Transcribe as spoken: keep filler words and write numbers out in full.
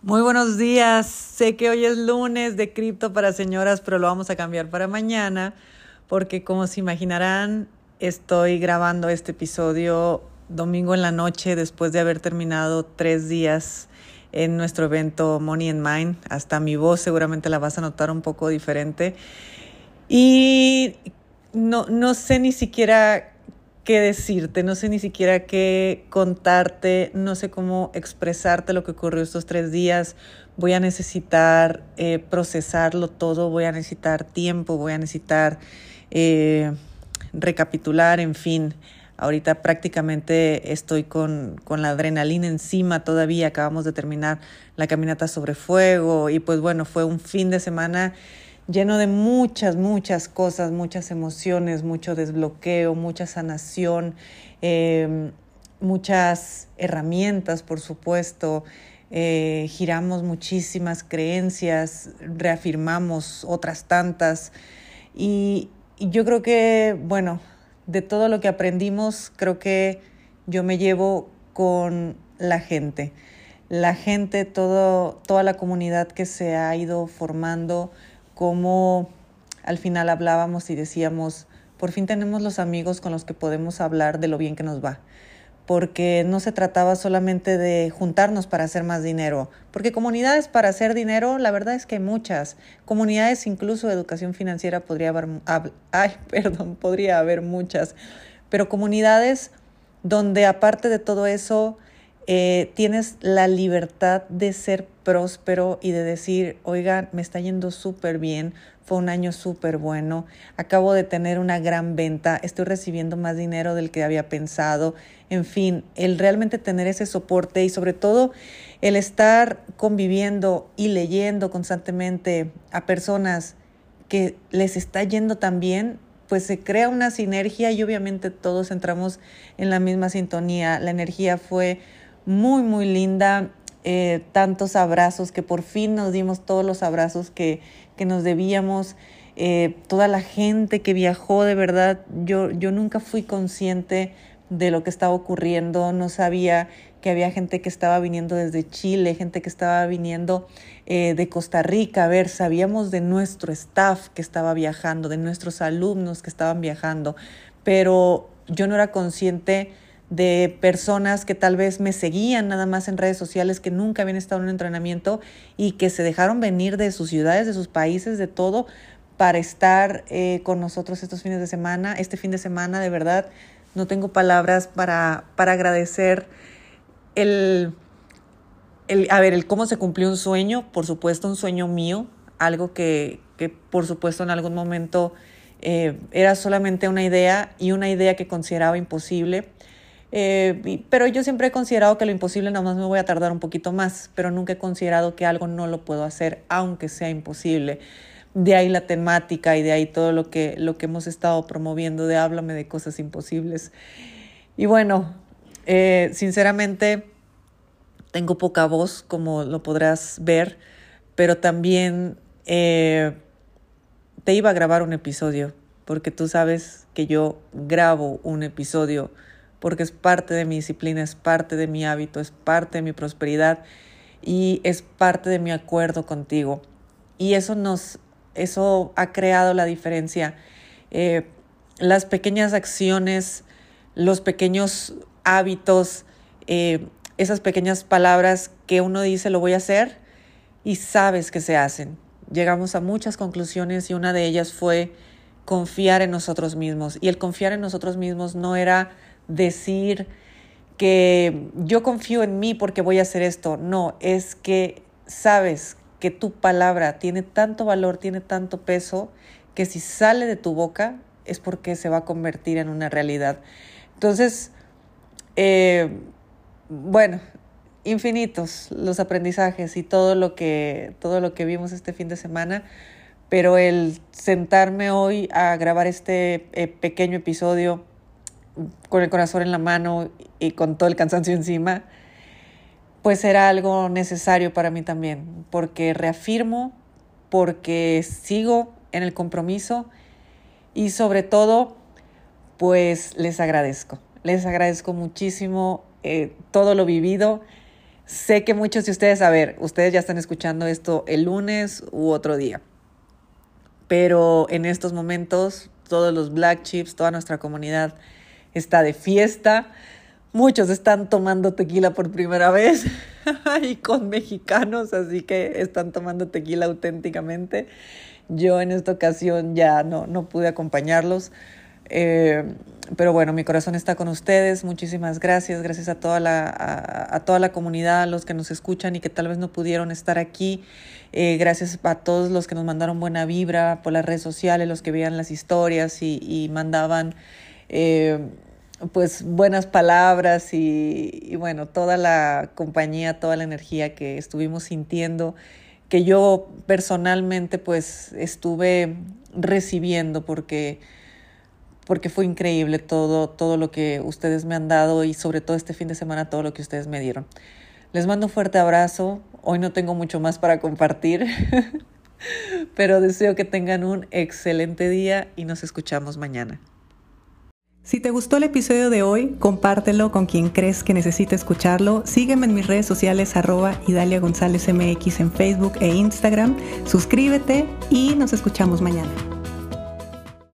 Muy buenos días. Sé que hoy es lunes de cripto para señoras, pero lo vamos a cambiar para mañana porque como se imaginarán, estoy grabando este episodio domingo en la noche después de haber terminado tres días en nuestro evento Money and Mind. Hasta mi voz seguramente la vas a notar un poco diferente. Y no, no sé ni siquiera qué decirte, no sé ni siquiera qué contarte, no sé cómo expresarte lo que ocurrió estos tres días. Voy a necesitar eh, procesarlo todo, voy a necesitar tiempo, voy a necesitar eh, recapitular, en fin. Ahorita prácticamente estoy con, con la adrenalina encima todavía, acabamos de terminar la caminata sobre fuego y pues bueno, fue un fin de semana lleno de muchas, muchas cosas, muchas emociones, mucho desbloqueo, mucha sanación, eh, muchas herramientas, por supuesto. Eh, giramos muchísimas creencias, reafirmamos otras tantas. Y, y yo creo que, bueno, de todo lo que aprendimos, creo que yo me llevo con la gente. La gente, todo, toda la comunidad que se ha ido formando, como al final hablábamos y decíamos, por fin tenemos los amigos con los que podemos hablar de lo bien que nos va, porque no se trataba solamente de juntarnos para hacer más dinero, porque comunidades para hacer dinero, la verdad es que hay muchas, comunidades incluso de educación financiera podría haber, ay, perdón, podría haber muchas, pero comunidades donde aparte de todo eso, eh, tienes la libertad de ser próspero y de decir, oigan, me está yendo súper bien, fue un año súper bueno, acabo de tener una gran venta, estoy recibiendo más dinero del que había pensado. En fin, el realmente tener ese soporte y sobre todo el estar conviviendo y leyendo constantemente a personas que les está yendo tan bien, pues se crea una sinergia y obviamente todos entramos en la misma sintonía. La energía fue muy, muy linda. Eh, tantos abrazos que por fin nos dimos todos los abrazos que, que nos debíamos. Eh, toda la gente que viajó, de verdad, yo, yo nunca fui consciente de lo que estaba ocurriendo. No sabía que había gente que estaba viniendo desde Chile, gente que estaba viniendo eh, de Costa Rica. A ver, sabíamos de nuestro staff que estaba viajando, de nuestros alumnos que estaban viajando, pero yo no era consciente de personas que tal vez me seguían nada más en redes sociales, que nunca habían estado en un entrenamiento y que se dejaron venir de sus ciudades, de sus países, de todo, para estar eh, con nosotros estos fines de semana. Este fin de semana, de verdad, no tengo palabras para, para agradecer el, el, a ver, el cómo se cumplió un sueño, por supuesto un sueño mío, algo que, que por supuesto en algún momento eh, era solamente una idea y una idea que consideraba imposible. Eh, pero yo siempre he considerado que lo imposible nada más me voy a tardar un poquito más, pero nunca he considerado que algo no lo puedo hacer, aunque sea imposible. De ahí la temática y de ahí todo lo que, lo que hemos estado promoviendo de háblame de cosas imposibles. Y bueno, eh, sinceramente tengo poca voz, como lo podrás ver, pero también eh, te iba a grabar un episodio, porque tú sabes que yo grabo un episodio porque es parte de mi disciplina, es parte de mi hábito, es parte de mi prosperidad y es parte de mi acuerdo contigo. Y eso nos, eso ha creado la diferencia. Eh, las pequeñas acciones, los pequeños hábitos, eh, esas pequeñas palabras que uno dice lo voy a hacer y sabes que se hacen. Llegamos a muchas conclusiones y una de ellas fue confiar en nosotros mismos. Y el confiar en nosotros mismos no era decir que yo confío en mí porque voy a hacer esto. No, es que sabes que tu palabra tiene tanto valor, tiene tanto peso, que si sale de tu boca es porque se va a convertir en una realidad. Entonces, eh, bueno, infinitos los aprendizajes y todo lo que, todo lo que vimos este fin de semana, pero el sentarme hoy a grabar este eh, pequeño episodio con el corazón en la mano y con todo el cansancio encima, pues era algo necesario para mí también, porque reafirmo, porque sigo en el compromiso y sobre todo, pues les agradezco. Les agradezco muchísimo eh, todo lo vivido. Sé que muchos de ustedes, a ver, ustedes ya están escuchando esto el lunes u otro día, pero en estos momentos todos los Black Chips, toda nuestra comunidad está de fiesta. Muchos están tomando tequila por primera vez y con mexicanos, así que están tomando tequila auténticamente. Yo en esta ocasión ya no, no pude acompañarlos, eh, pero bueno, mi corazón está con ustedes. Muchísimas gracias, gracias a toda la, a, a toda la comunidad, a los que nos escuchan y que tal vez no pudieron estar aquí. Eh, gracias a todos los que nos mandaron buena vibra por las redes sociales, los que veían las historias y, y mandaban eh, pues buenas palabras y, y bueno, toda la compañía, toda la energía que estuvimos sintiendo, que yo personalmente pues estuve recibiendo porque, porque fue increíble todo, todo lo que ustedes me han dado y sobre todo este fin de semana todo lo que ustedes me dieron. Les mando un fuerte abrazo. Hoy no tengo mucho más para compartir, pero deseo que tengan un excelente día y nos escuchamos mañana. Si te gustó el episodio de hoy, compártelo con quien crees que necesite escucharlo. Sígueme en mis redes sociales arroba Idalia González M X en Facebook e Instagram. Suscríbete y nos escuchamos mañana.